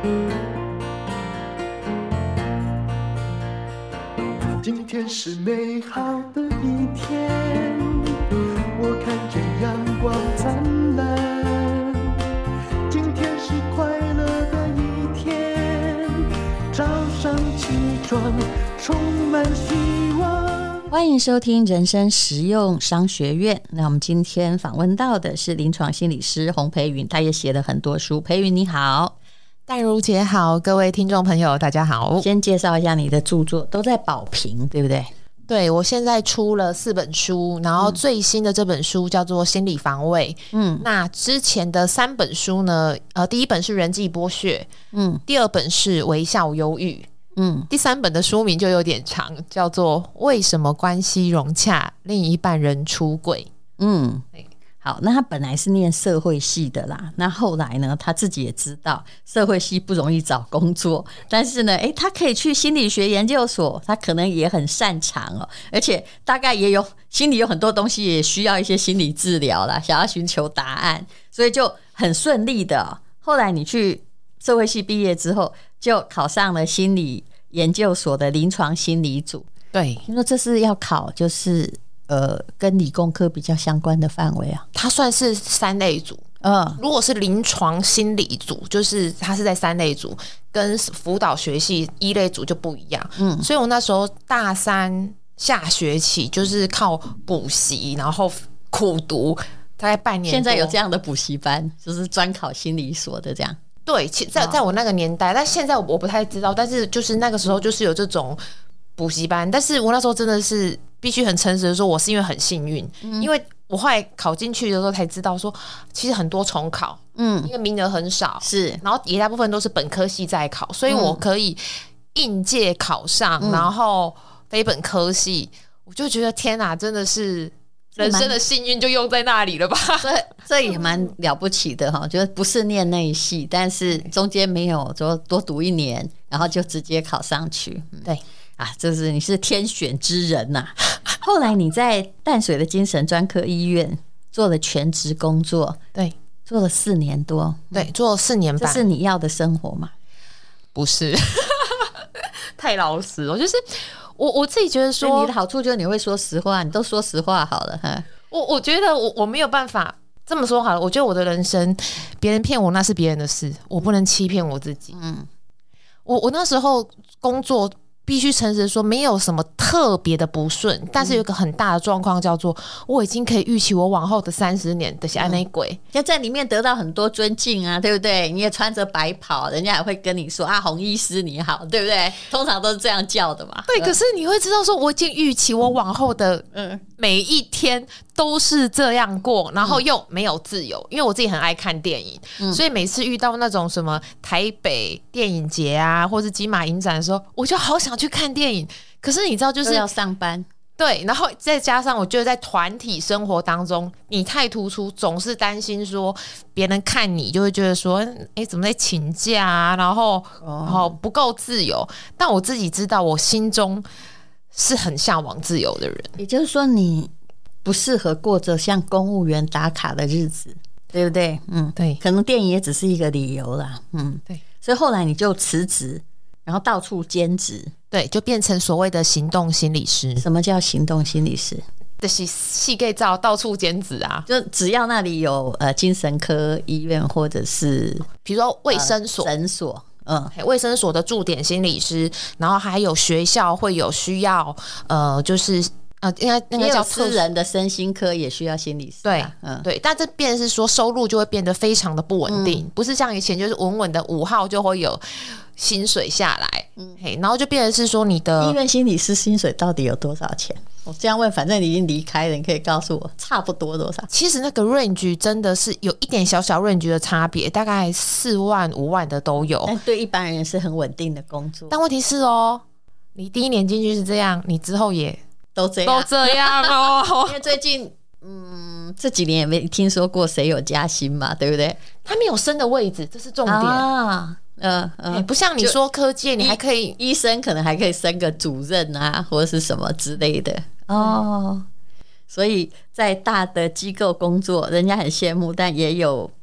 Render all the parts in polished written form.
今天是美好的一天，我看见阳光灿烂。今天是快乐的一天，早上起床充满希望。 欢迎收听人生实用商学院。那我们今天访问到的是临床心理师洪培芸，他也写了很多书。培芸你好。 淡如姐好，各位听众朋友大家好。 先介绍一下你的著作，都在宝瓶对不对？ 对，我现在出了4本书，然后最新的这本书叫做心理防卫。那之前的3本书呢，第一本是人际剥削，第2本是微笑忧郁，第3本的书名就有点长，叫做为什么关系融洽，另一半人出轨。 好，那他本来是念社会系的啦，那后来呢，他自己也知道社会系不容易找工作，但是呢，他可以去心理学研究所，他可能也很擅长哦，而且大概也有心理有很多东西也需要一些心理治疗啦，想要寻求答案，所以就很顺利的。后来你去社会系毕业之后，就考上了心理研究所的临床心理组。 对， 听说这是要考，就是跟理工科比较相关的范围啊， 它算是3类组。如果是临床心理组，就是它是在3类组，跟辅导学系1类组就不一样。所以我那时候大3下学期就是靠补习，然后苦读大概半年多。 现在有这样的补习班，就是专考心理所的这样。 对，在我那个年代，但现在我不太知道，但是就是那个时候就是有这种补习班，但是我那时候真的是必须很诚实的说，我是因为很幸运，因为我后来考进去的时候才知道说，其实很多重考，因为名额很少， 是， 然后也大部分都是本科系在考，所以我可以应届考上，然后非本科系，我就觉得天哪，真的是人生的幸运就用在那里了吧？ 这也蛮了不起的哈，就是不是念内系，但是中间没有说多读1年，然后就直接考上去。 对。 就是你是天选之人呐。后来你在淡水的精神专科医院做了全职工作， 对， 做了4年多， 对，做了4年半。 这是你要的生活吗？ 不是，太老实了。就是我自己觉得说， 你的好处就是你会说实话，你都说实话好了哈。 我觉得我没有办法这么说好了。我觉得我的人生，别人骗我那是别人的事，我不能欺骗我自己。我那时候工作。必须诚实说，没有什么特别的不顺，但是有一个很大的状况叫做，我已经可以预期我往后的30年的安内鬼， 就在里面得到很多尊敬啊，对不对？你也穿着白袍，人家也会跟你说啊，洪医师你好，对不对？通常都是这样叫的嘛。 对，可是你会知道说，我已经预期我往后的每一天都是这样过，然后又没有自由，因为我自己很爱看电影，所以每次遇到那种什么台北电影节啊，或是金马影展的时候，我就好想去看电影。可是你知道，就是要上班， 对，然后再加上我觉得在团体生活当中，你太突出，总是担心说别人看你就会觉得说，怎么在请假啊，然后不够自由。但我自己知道，我心中是很向往自由的人。 也就是说，你不适合过着像公务员打卡的日子，对不对？ 对， 可能电影也只是一个理由啦。 对， 所以后来你就辞职，然后到处兼职， 对，就变成所谓的行动心理师。 什么叫行动心理师？ 就是细给照到处兼职啊， 就只要那里有精神科医院或者是比如说卫生所、 诊所。 卫生所的驻点心理师，然后还有学校会有需要，就是应该那个叫私人的身心科也需要心理师。 对，对，但这变是说收入就会变得非常的不稳定，不是像以前就是稳稳的5号就会有薪水下来，然后就变成是说你的医院心理师薪水到底有多少钱？我这样问，反正你已经离开了，你可以告诉我差不多多少？ 其实那个 range 真的是有一点小小 range 的差别，大概4万、5万的都有。 但对一般人是很稳定的工作。 但问题是你第1年进去是这样，你之后也都这样哦。 因为最近这几年也没听说过谁有加薪嘛，对不对？ 他没有升的位置，这是重点啊。不像你说科技，你还可以医生可能还可以升个主任啊，或者是什么之类的所以在大的机构工作，人家很羡慕，但也有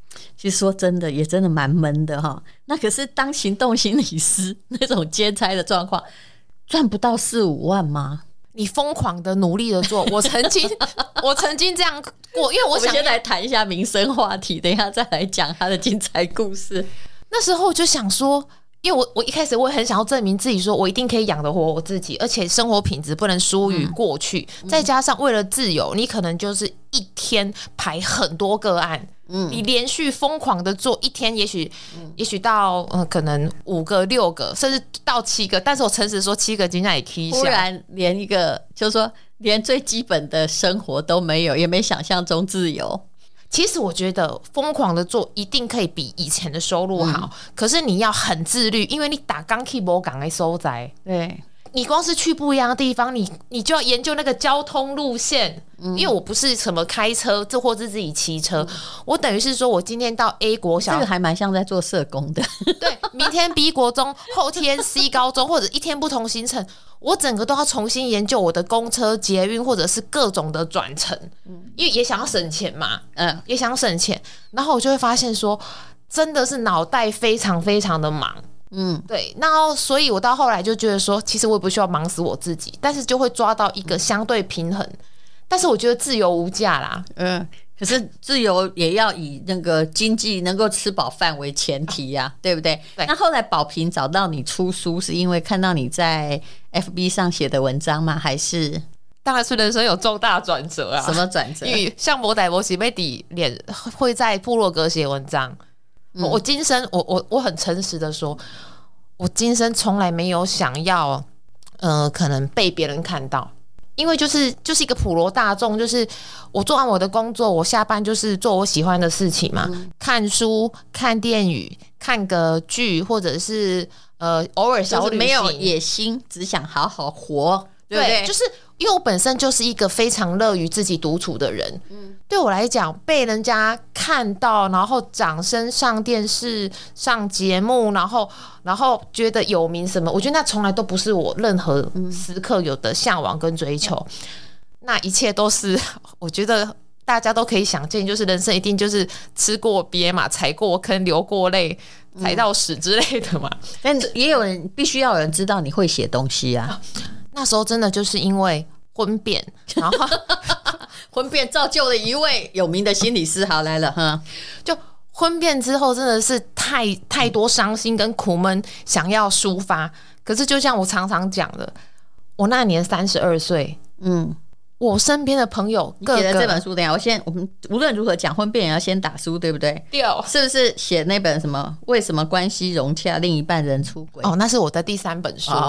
其实说真的，也真的蛮闷的哈。那可是当行动心理师那种兼差的状况，赚不到4-5万吗？ 你疯狂的努力的做，我曾经这样过，因为我们先来谈一下民生话题，等一下再来讲他的精彩故事。 那时候我就想说，因为我一开始我也很想要证明自己，说我一定可以养得活我自己，而且生活品质不能输于过去。再加上为了自由，你可能就是一天排很多个案，你连续疯狂的做，一天也许到可能5个、6个，甚至到7个。但是我诚实说，7个今天也可以。 忽然连一个，就是说连最基本的生活都没有，也没想象中自由。 其实我觉得疯狂的做一定可以比以前的收入好，可是你要很自律，因为你打钢 key 不港的收窄， 对， 你光是去不一样的地方，你就要研究那个交通路线，因为我不是什么开车，这或是自己骑车，我等于是说我今天到 A 国小， 这个还蛮像在做社工的， 对，明天 B 国中，后天 C 高中，或者一天不同行程，我整个都要重新研究我的公车、捷运或者是各种的转乘，因为也想要省钱嘛，也想省钱，然后我就会发现说，真的是脑袋非常非常的忙。对，然后所以我到后来就觉得说，其实我也不需要忙死我自己，但是就会抓到一个相对平衡。但是我觉得自由无价啦， 可是自由也要以那个经济能够吃饱饭为前提呀，对不对？ 对。 那后来宝瓶找到你出书，是因为看到你在 FB 上写的文章吗？还是？ 当然是人生有重大转折啊！ 什么转折？ 因为像摩代摩喜被底脸会在部落格写文章。我今生我很诚实的说，我今生从来没有想要可能被别人看到，因为就是一个普罗大众，就是我做完我的工作，我下班就是做我喜欢的事情嘛，看书、看电影、看个剧，或者是偶尔小旅行， 没有野心，只想好好活，对不对？ 就是因为我本身就是一个非常乐于自己独处的人，对我来讲，被人家看到，然后掌声上电视、上节目，然后觉得有名什么，我觉得那从来都不是我任何时刻有的向往跟追求。那一切都是我觉得大家都可以想见，就是人生一定就是吃过鳖嘛，踩过坑，流过泪，踩到屎之类的嘛。 但也有人必须要有人知道你会写东西啊。 那时候真的就是因为婚变，然后婚变造就了一位有名的心理师。好，来了哈， 就婚变之后真的是太多伤心跟苦闷，想要抒发。可是就像我常常讲的，我那年32岁，我身边的朋友各个， 你写的这本书，等一下我们无论如何讲婚变也要先打书，对不对？ 对， 是不是写那本什么为什么关系融洽另一半人出轨？ 那是我的第3本书。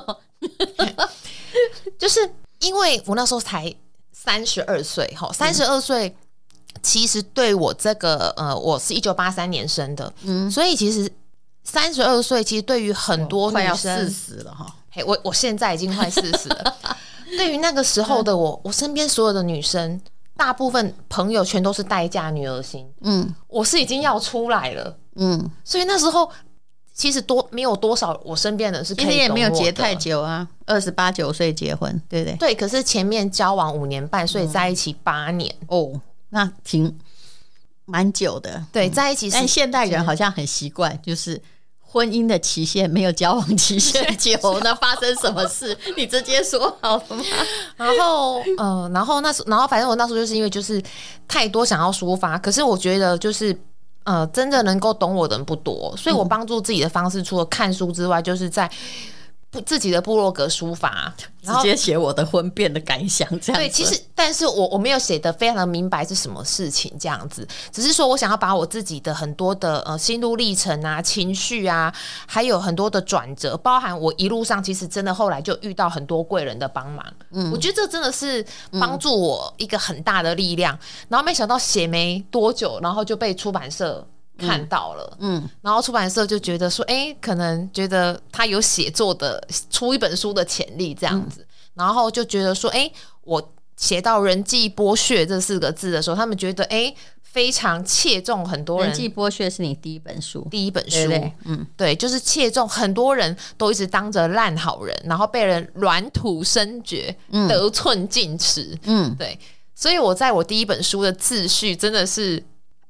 就是因为我那时候才32岁，32岁其实对我这个我是1983年生的，所以其实32岁其实对于很多女生快要40了哈。 我现在已经快40了。对于那个时候的我身边所有的女生，大部分朋友全都是待嫁女儿心，我是已经要出来了，所以那时候其实没有多少我身边的人是可以懂我的， 其实也没有结太久啊，28、9岁结婚，对不对？ 对，可是前面交往5年半，所以在一起8年， 那挺蛮久的。 对，在一起。 但现代人好像很习惯，就是婚姻的期限没有交往期限久，那发生什么事你直接说好了吗？ 然后反正我那时候就是因为就是太多想要抒发，可是我觉得就是真的能够懂我的人不多，所以我帮助自己的方式除了看书之外，就是在自己的部落格抒发， 直接写我的婚变的感想这样子。 对，其实但是我没有写得非常的明白是什么事情这样子，只是说我想要把我自己的很多的心路历程啊、情绪啊，还有很多的转折，包含我一路上其实真的后来就遇到很多贵人的帮忙，我觉得这真的是帮助我一个很大的力量。然后没想到写没多久，然后就被出版社看到了，然后出版社就觉得说，可能觉得他有写作的出一本书的潜力这样子，然后就觉得说，我写到人际剥削这4个字的时候，他们觉得非常切中很多人。 人际剥削是你第一本书， 对不对？ 对， 就是切中很多人都一直当着烂好人，然后被人软土深掘，得寸进尺，对。所以我在我第一本书的自序真的是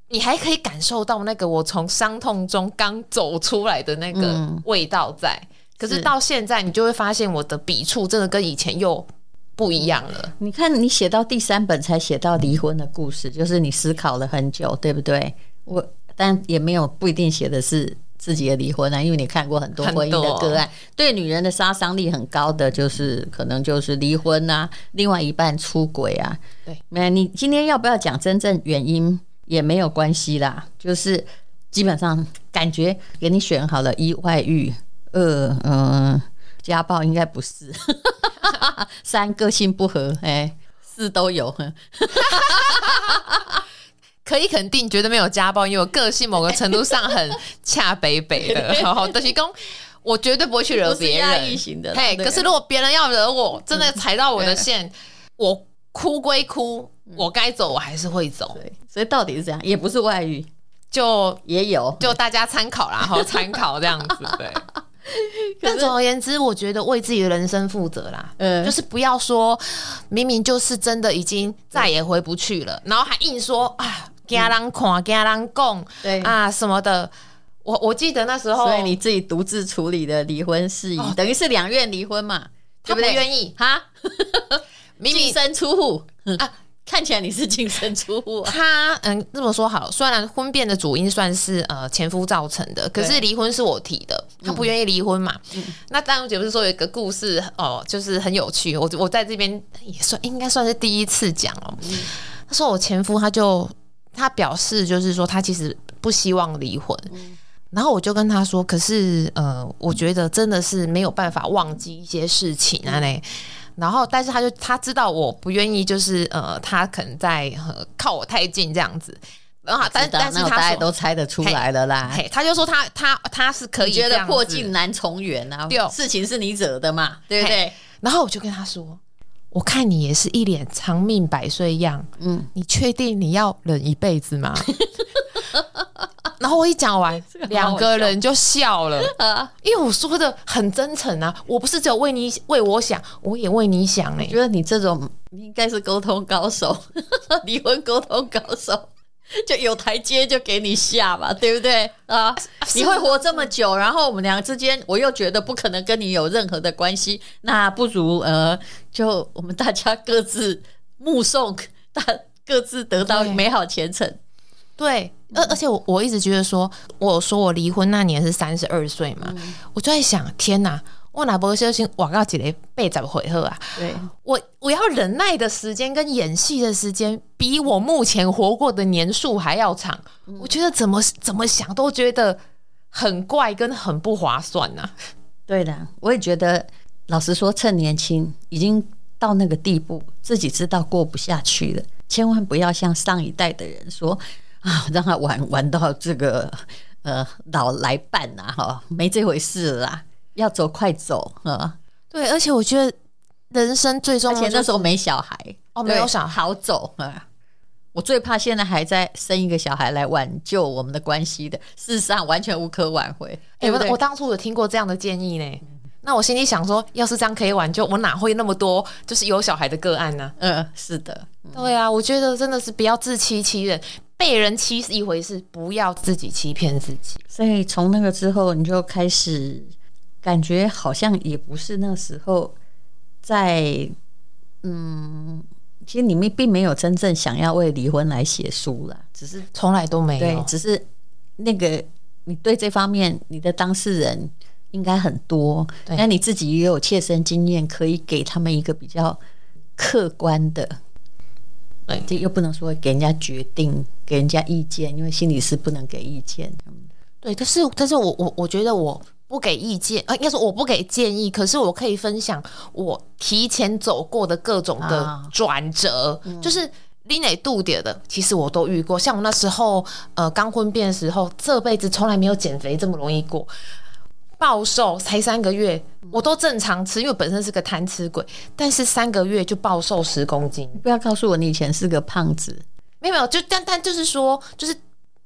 你还可以感受到那个我从伤痛中刚走出来的那个味道在。可是到现在，你就会发现我的笔触真的跟以前又不一样了。 你看，你写到第3本才写到离婚的故事，就是你思考了很久，对不对？但也没有不一定写的是自己的离婚啊，因为你看过很多婚姻的个案，对女人的杀伤力很高的就是可能就是离婚啊，另外一半出轨啊。 对， 你今天要不要讲真正原因也没有关系啦，就是基本上感觉给你选好了：1外遇，2家暴应该不是，3个性不合，4都有。 可以肯定绝对没有家暴，因为我个性某个程度上很恰北北的，就是说我绝对不会去惹别人，不是压抑型的。可是如果别人要惹我，真的踩到我的线，我哭归哭，我该走我还是会走。 所以到底是这样，也不是外遇， 就也有， 就大家参考啦，参考这样子。对。但总而言之，我觉得为自己的人生负责啦，就是不要说明明就是真的已经再也回不去了，然后还硬说啊，给人看，给人讲， 对啊什么的。我记得那时候， 所以你自己独自处理的离婚事宜，等于是2愿离婚嘛， 他不愿意哈，明明净身出户啊。看起来你是净身出户啊。 他这么说好了，虽然婚变的主因算是前夫造成的，可是离婚是我提的，他不愿意离婚嘛。那淡如姐不是说有一个故事就是很有趣，我在这边也应该算是第一次讲哦。他说我前夫他表示就是说他其实不希望离婚。然后我就跟他说，可是我觉得真的是没有办法忘记一些事情啊嘞。然后，但是他知道我不愿意，就是他可能在靠我太近这样子。然后但是他说， 大家都猜得出来了啦。 他就说他是可以这样子， 觉得破镜难重圆啊，事情是你惹的嘛，对不对？ 然后我就跟他说，我看你也是一脸长命百岁样，你确定你要忍一辈子吗？然后我一讲完，2个人就笑了，因为我说的很真诚啊，我不是只有为我想，我也为你想我觉得你这种应该是沟通高手，离婚沟通高手，就有台阶就给你下嘛，对不对啊？你会活这么久，然后我们俩之间，我又觉得不可能跟你有任何的关系，那不如就我们大家各自目送，各自得到美好前程。 对，而且我一直觉得说，我离婚那年是32岁嘛，我就在想，天哪，我哪不小心活到一个80回合啊？ 对， 我要忍耐的时间跟演戏的时间，比我目前活过的年数还要长。我觉得怎么想都觉得很怪跟很不划算啊。 对的，我也觉得，老实说，趁年轻，已经到那个地步，自己知道过不下去了，千万不要像上一代的人说。让他玩到这个老来伴啊，没这回事啦，要走快走对，而且我觉得人生最重要的， 而且那时候没小孩没有小孩， 好走我最怕现在还在生一个小孩来挽救我们的关系的，事实上完全无可挽回。 我当初有听过这样的建议呢。那我心里想说，要是这样可以挽救，我哪会那么多就是有小孩的个案呢？ 是的， 对啊，我觉得真的是不要自欺欺人，被人欺是一回事，不要自己欺骗自己。 所以从那个之后，你就开始感觉好像也不是那时候在其实你们并没有真正想要为离婚来写书啦，只是从来都没有。 对，只是那个你对这方面你的当事人应该很多，那你自己也有切身经验，可以给他们一个比较客观的，这又不能说给人家决定，给人家意见，因为心理师不能给意见。 对，但是我觉得我不给意见，应该说我不给建议，可是我可以分享我提前走过的各种的转折，就是你哪度点的，其实我都遇过。像我那时候刚婚变的时候，这辈子从来没有减肥这么容易过。暴瘦才3个月，我都正常吃，因为本身是个贪吃鬼，但是3个月就暴瘦10公斤。 不要告诉我你以前是个胖子， 没有，就但就是说，就是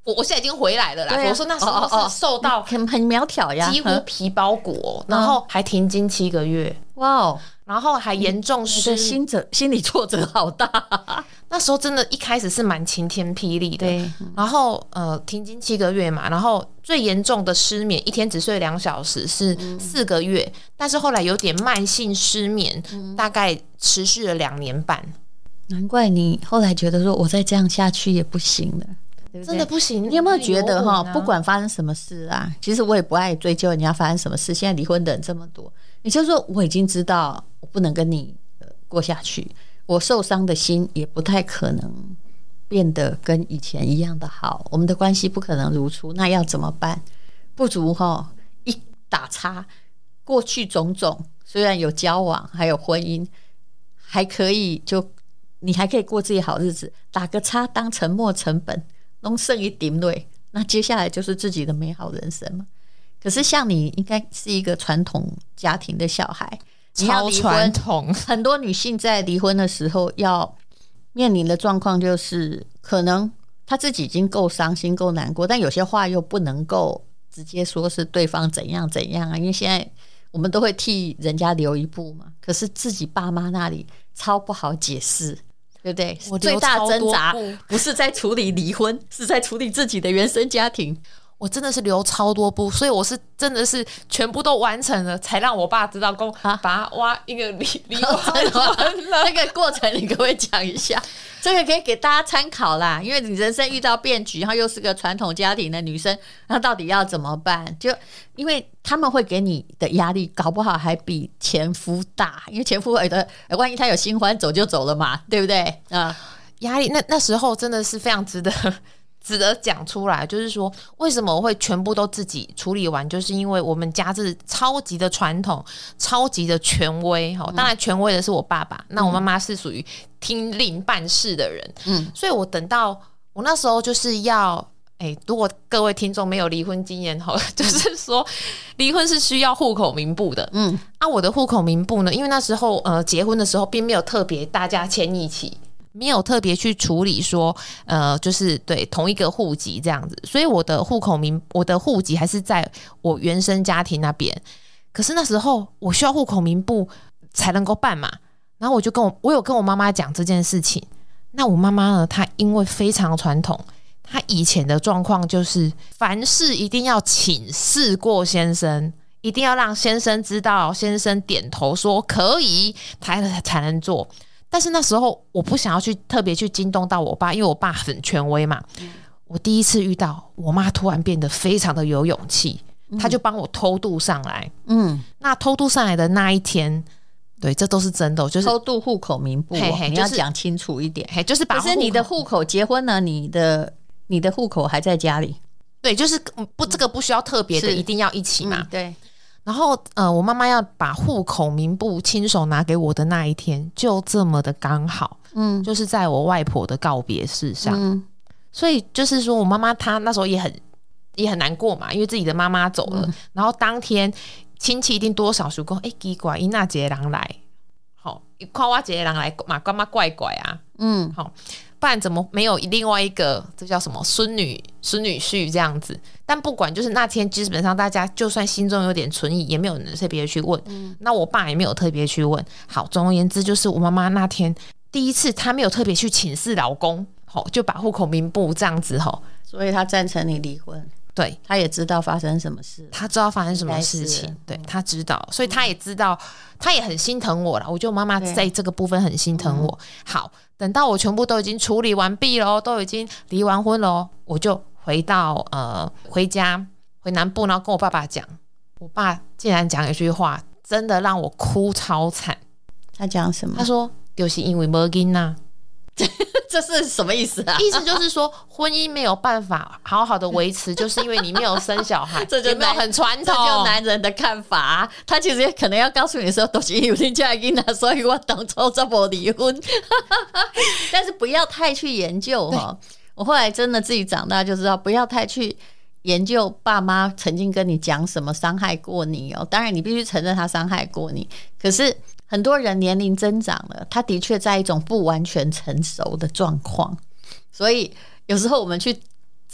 我现在已经回来了啦。我说那时候是受到很苗条呀， 几乎皮包骨，然后还停经7个月， 哇哦， 然后还严重失心理挫折好大。 那时候真的一开始是蛮晴天霹雳的， 对， 然后停经7个月嘛，然后最严重的失眠，一天只睡2小时是4个月，但是后来有点慢性失眠，大概持续了2年半。 难怪你后来觉得说我再这样下去也不行了，对不对？ 真的不行。 你有没有觉得不管发生什么事啊，其实我也不爱追究人家发生什么事。现在离婚的人这么多，也就是说我已经知道我不能跟你过下去，我受伤的心也不太可能变得跟以前一样的好，我们的关系不可能如初，那要怎么办？不如一打叉，过去种种虽然有交往还有婚姻，还可以你还可以过自己好日子，打个叉当沉没成本，弄剩一点对，那接下来就是自己的美好人生嘛。可是像你应该是一个传统家庭的小孩， 超传统， 很多女性在离婚的时候要面临的状况就是，可能她自己已经够伤心够难过，但有些话又不能够直接说是对方怎样怎样啊，因为现在我们都会替人家留一步嘛，可是自己爸妈那里超不好解释，对不对？最大的挣扎不是在处理离婚，是在处理自己的原生家庭。 我真的是留超多步，所以我是真的是全部都完成了，才让我爸知道，把它挖一个离完了。 那个过程你可不可以讲一下？这个可以给大家参考啦，因为你人生遇到变局，然后又是个传统家庭的女生，那到底要怎么办？就因为他们会给你的压力，搞不好还比前夫大，因为前夫万一他有新欢，走就走了嘛，对不对？ 压力那时候真的是非常值得讲出来，就是说为什么我会全部都自己处理完，就是因为我们家是超级的传统，超级的权威，当然权威的是我爸爸，那我妈妈是属于听令办事的人，所以我等到我那时候就是要如果各位听众没有离婚经验就是说离婚是需要户口名簿的，我的户口名簿呢，因为那时候结婚的时候并没有特别大家迁一起，没有特别去处理说就是对同一个户籍这样子，所以我的户籍还是在我原生家庭那边。可是那时候我需要户口名簿才能够办嘛，然后我有跟我妈妈讲这件事情。那我妈妈呢，她因为非常传统，她以前的状况就是凡事一定要请示过先生，一定要让先生知道，先生点头说可以才能做。但是那时候我不想要去特别去惊动到我爸，因为我爸很权威嘛。我第一次遇到我妈突然变得非常的有勇气，她就帮我偷渡上来。那偷渡上来的那一天，对，这都是真的，就是偷渡户口名簿，你要讲清楚一点。 就是把可是你的户口结婚了，你的户口还在家里。 对，就是这个不需要特别的，一定要一起嘛。 对。 然后我妈妈要把户口名簿亲手拿给我的那一天，就这么的刚好，就是在我外婆的告别式上，所以就是说我妈妈她那时候也很难过嘛，因为自己的妈妈走了，然后当天亲戚一定多少说奇怪，伊那一个人来，看我一个人来嘛，干嘛怪怪啊，不然怎么没有另外一个这叫什么孙女婿这样子？但不管，就是那天基本上大家就算心中有点存疑，也没有人特别去问。那我爸也没有特别去问。好，总而言之，就是我妈妈那天第一次，她没有特别去请示老公，就把户口名簿这样子， 所以她赞成你离婚。 对， 她也知道发生什么事， 她知道发生什么事情，对，她知道，所以她也知道，她也很心疼我啦。我觉得我妈妈在这个部分很心疼我。好，等到我全部都已经处理完毕了，都已经离完婚了，我就回家回南部，然后跟我爸爸讲。我爸竟然讲一句话，真的让我哭超惨。 他讲什么？ 他说就是因为没囡仔。 这是什么意思啊？ 意思就是说婚姻没有办法好好的维持，就是因为你没有生小孩。 这就有没有很传统？ 这就男人的看法。他其实可能要告诉你说，都是因为你家囡仔，所以我当初这么离婚。但是不要太去研究哈。我后来真的自己长大就知道，不要太去研究爸妈曾经跟你讲什么伤害过你哦。当然你必须承认他伤害过你，可是很多人年龄增长了，他的确在一种不完全成熟的状况，所以有时候我们去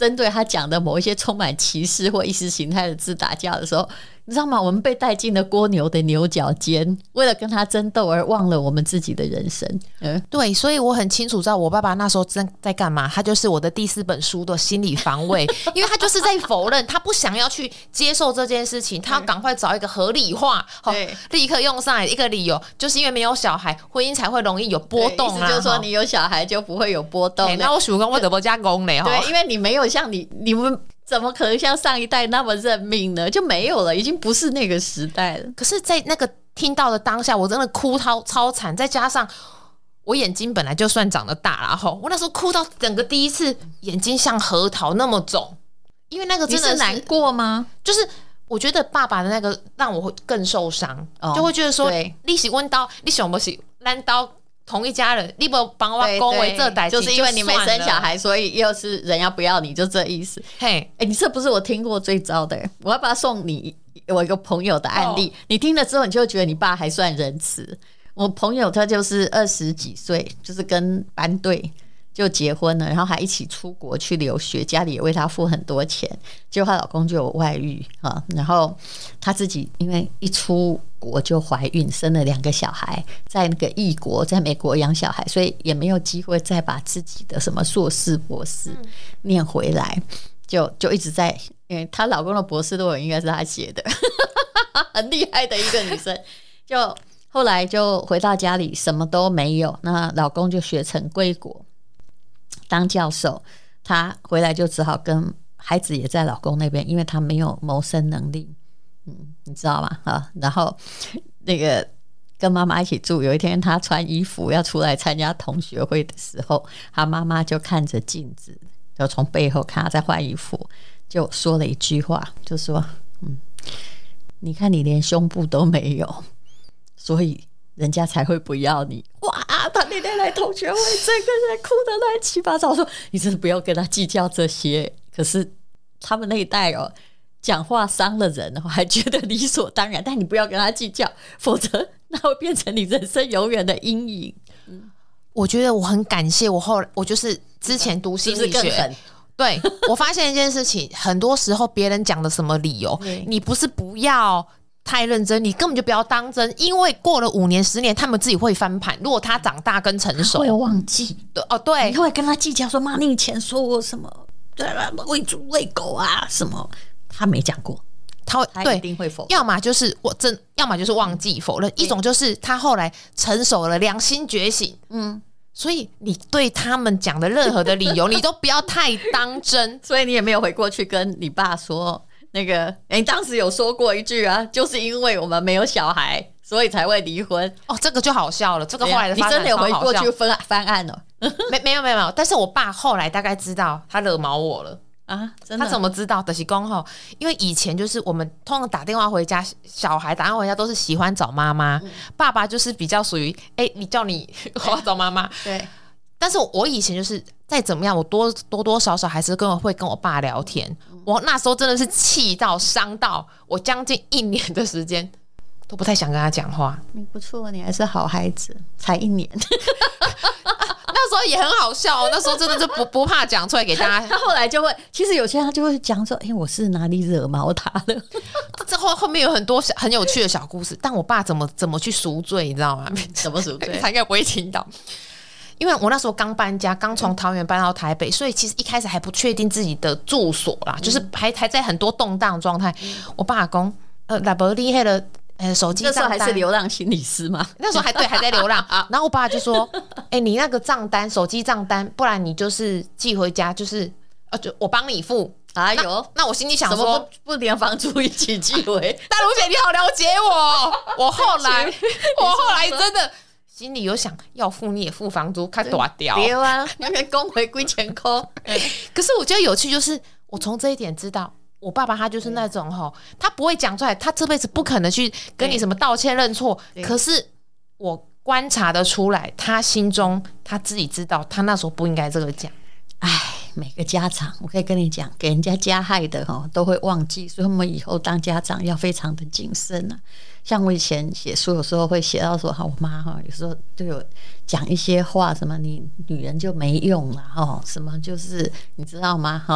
针对他讲的某一些充满歧视或意识形态的字打架的时候，你知道吗？我们被带进了蜗牛的牛角尖，为了跟他争斗而忘了我们自己的人生。 对，所以我很清楚知道我爸爸那时候在干嘛，他就是我的第4本书的心理防卫，因为他就是在否认，他不想要去接受这件事情，他要赶快找一个合理化，立刻用上来一个理由，就是因为没有小孩，婚姻才会容易有波动啊。 意思就是说你有小孩就不会有波动。 那我想说我怎么加工呢？ 对，因为你没有像你们怎么可能像上一代那么认命呢？就没有了，已经不是那个时代了。 可是在那个听到的当下，我真的哭超惨，再加上我眼睛本来就算长得大啦，我那时候哭到整个第一次眼睛像核桃那么肿，因为那个真的是难过吗？ 就是我觉得爸爸的那个让我会更受伤，就会觉得说你是我刀，你想不是咱刀同一家人，你不帮我恭维这代， 就是因为你没生小孩，所以又是人家不要你，就这意思。嘿，你这不是我听过最糟的，我要把它送你我一个朋友的案例，你听了之后，你就会觉得你爸还算仁慈。我朋友他就是20几岁，就是跟班队就结婚了，然后还一起出国去留学，家里也为他付很多钱，结果她老公就有外遇啊，然后她自己因为一出国就怀孕，生了2个小孩，在那个异国，在美国养小孩，所以也没有机会再把自己的什么硕士博士念回来，就一直在，因为她老公的博士论文应该是她写的很厉害的一个女生，就后来就回到家里什么都没有，那老公就学成归国当教授，她回来就只好跟孩子也在老公那边，因为她没有谋生能力，你知道吗？然后那个跟妈妈一起住，有一天她穿衣服要出来参加同学会的时候，她妈妈就看着镜子，就从背后看她在换衣服，就说了一句话，就说你看你连胸部都没有，所以人家才会不要你。哇，他那天来同学会，整个人哭得乱七八糟。我说你真的不要跟他计较这些。可是他们那一代讲话伤了人，还觉得理所当然，但你不要跟他计较，否则那会变成你人生永远的阴影。 我觉得我很感谢我就是之前读心理学， 是不是更狠？ 对，我发现一件事情，很多时候别人讲的什么理由，你不是不要太认真，你根本就不要当真，因为过了5年10年，他们自己会翻盘。如果他长大跟成熟， 会忘记。 对， 你会跟他计较说，妈，你以前说我什么？对吧？喂猪喂狗啊什么？他没讲过，他一定会否认。 要么就是要么就是忘记否认，一种就是他后来成熟了，良心觉醒。所以你对他们讲的任何的理由，你都不要太当真。 所以你也没有回过去跟你爸说那个，你当时有说过一句啊，就是因为我们没有小孩，所以才会离婚。 这个就好笑了。这个后来的发展你真的有回过去翻案了？ 没有。但是我爸后来大概知道他惹毛我了。 真的？ 他怎么知道？就是说因为以前就是我们通常打电话回家，小孩打电话回家都是喜欢找妈妈，爸爸就是比较属于你叫你我要找妈妈。 对。 但是我以前就是再怎么样，我多少少还是会跟我爸聊天。我那时候真的是气到伤到，我将近1年的时间都不太想跟他讲话。 你不错，你还是好孩子，才1年。 那时候也很好笑，那时候真的就不怕讲出来给大家。 他后来就会，其实有些人他就会讲说，我是哪里惹毛他了。 这后面有很多很有趣的小故事，但我爸怎么去赎罪，你知道吗？ 怎么赎罪？ 他应该不会听到。因为我那时候刚搬家，刚从桃园搬到台北，所以其实一开始还不确定自己的住所啦，就是还在很多动荡状态。我爸讲，来不厉害的手机账单， 那时候还是流浪心理师吗？ 那时候还在流浪。然后我爸就说，你那个账单，手机账单，不然你就是寄回家，就是就我帮你付。 哎呦， 那我心里想说， 不连房租一起寄回？ 大如姐，你好了解我。我后来真的。心里有想要付你也付房租，看大条。 对啊，那个公回归钱扣。 可是我觉得有趣就是，我从这一点知道，我爸爸他就是那种他不会讲出来，他这辈子不可能去跟你什么道歉认错。可是我观察得出来，他心中他自己知道，他那时候不应该这个讲。 每个家长，我可以跟你讲，给人家加害的都会忘记，所以我们以后当家长要非常的谨慎啊。像我以前写书，有时候会写到说，我妈有时候就有讲一些话，什么你女人就没用了什么就是你知道吗？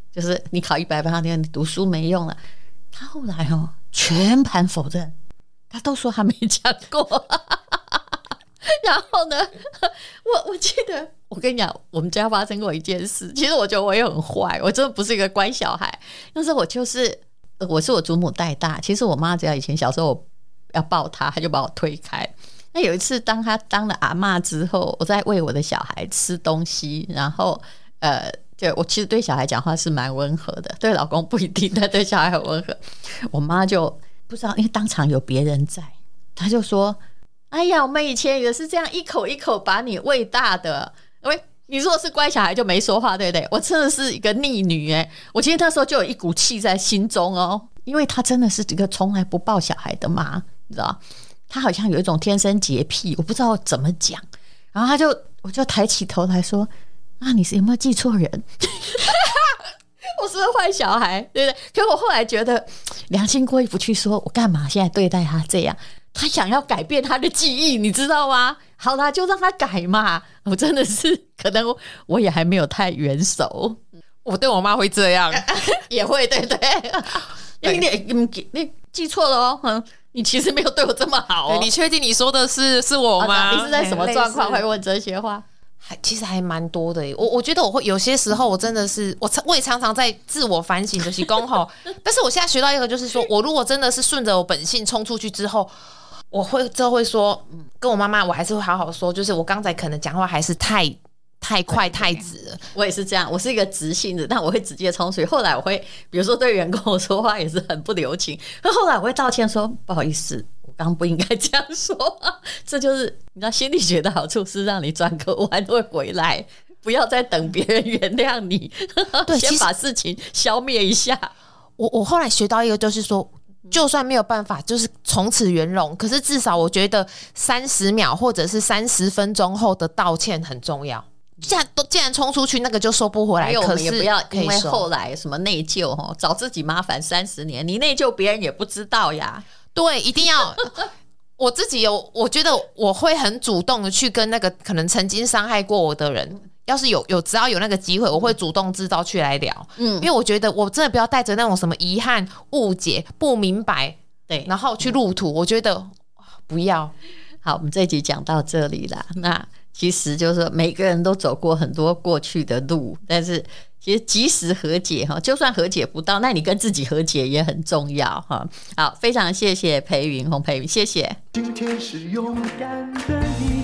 就是你考100分，你读书没用了。他后来全盘否认，他都说他没讲过。然后呢，我记得我跟你讲，我们家发生过一件事。其实我觉得我也很坏，我真的不是一个乖小孩。但是我是我祖母带大。其实我妈只要以前小时候我要抱她，她就把我推开。那有一次，当她当了阿嬷之后，我在喂我的小孩吃东西，然后对，我其实对小孩讲话是蛮温和的，对老公不一定，但对小孩很温和。我妈就不知道，因为当场有别人在，她就说：“哎呀，我们以前也是这样一口一口把你喂大的。”喂，你如果是乖小孩就没说话，对不对？我真的是一个逆女我其实那时候就有一股气在心中因为她真的是一个从来不抱小孩的妈，你知道，她好像有一种天生洁癖，我不知道怎么讲。然后我就抬起头来说：“啊，你是有没有记错人？我是不是坏小孩？对不对？”可是我后来觉得良心过意不去，说我干嘛现在对待他这样？他想要改变他的记忆，你知道吗？好啦，就让他改嘛。我真的是可能我也还没有太元熟， 我对我妈会这样， 也会对不对？你记错了你其实没有对我这么好你确定你说的是我吗？ 你是在什么状况会问这些话？ 其实还蛮多的我觉得我会有些时候我真的是我也常常在自我反省就是讲但是我现在学到一个就是说，我如果真的是顺着我本性冲出去之后，我会说跟我妈妈，我还是会好好说，就是我刚才可能讲话还是太快太直了。 我也是这样，我是一个直性子，但我会直接冲出去。后来我会比如说对员工说话也是很不留情，可后来我会道歉说不好意思，我刚刚不应该这样说。这就是你知道心理学的好处，是让你转个弯会回来，不要再等别人原谅你。对，先把事情消灭一下。 我后来学到一个就是说，就算没有办法就是从此圆融，可是至少我觉得30秒或者是30分钟后的道歉很重要。既然冲出去，那个就收不回来。 我们也不要因为后来什么内疚找自己麻烦30年，你内疚别人也不知道呀。 对，一定要我自己我觉得我会很主动的去跟那个可能曾经伤害过我的人，要是只要有那个机会，我会主动制造去来聊。因为我觉得我真的不要带着那种什么遗憾、误解、不明白，对，然后去入土。我觉得不要。 好，我们这一集讲到这里啦。那其实就是说每个人都走过很多过去的路，但是其实及时和解就算和解不到，那你跟自己和解也很重要好，非常谢谢裴云，洪裴云，谢谢。 今天是勇敢的一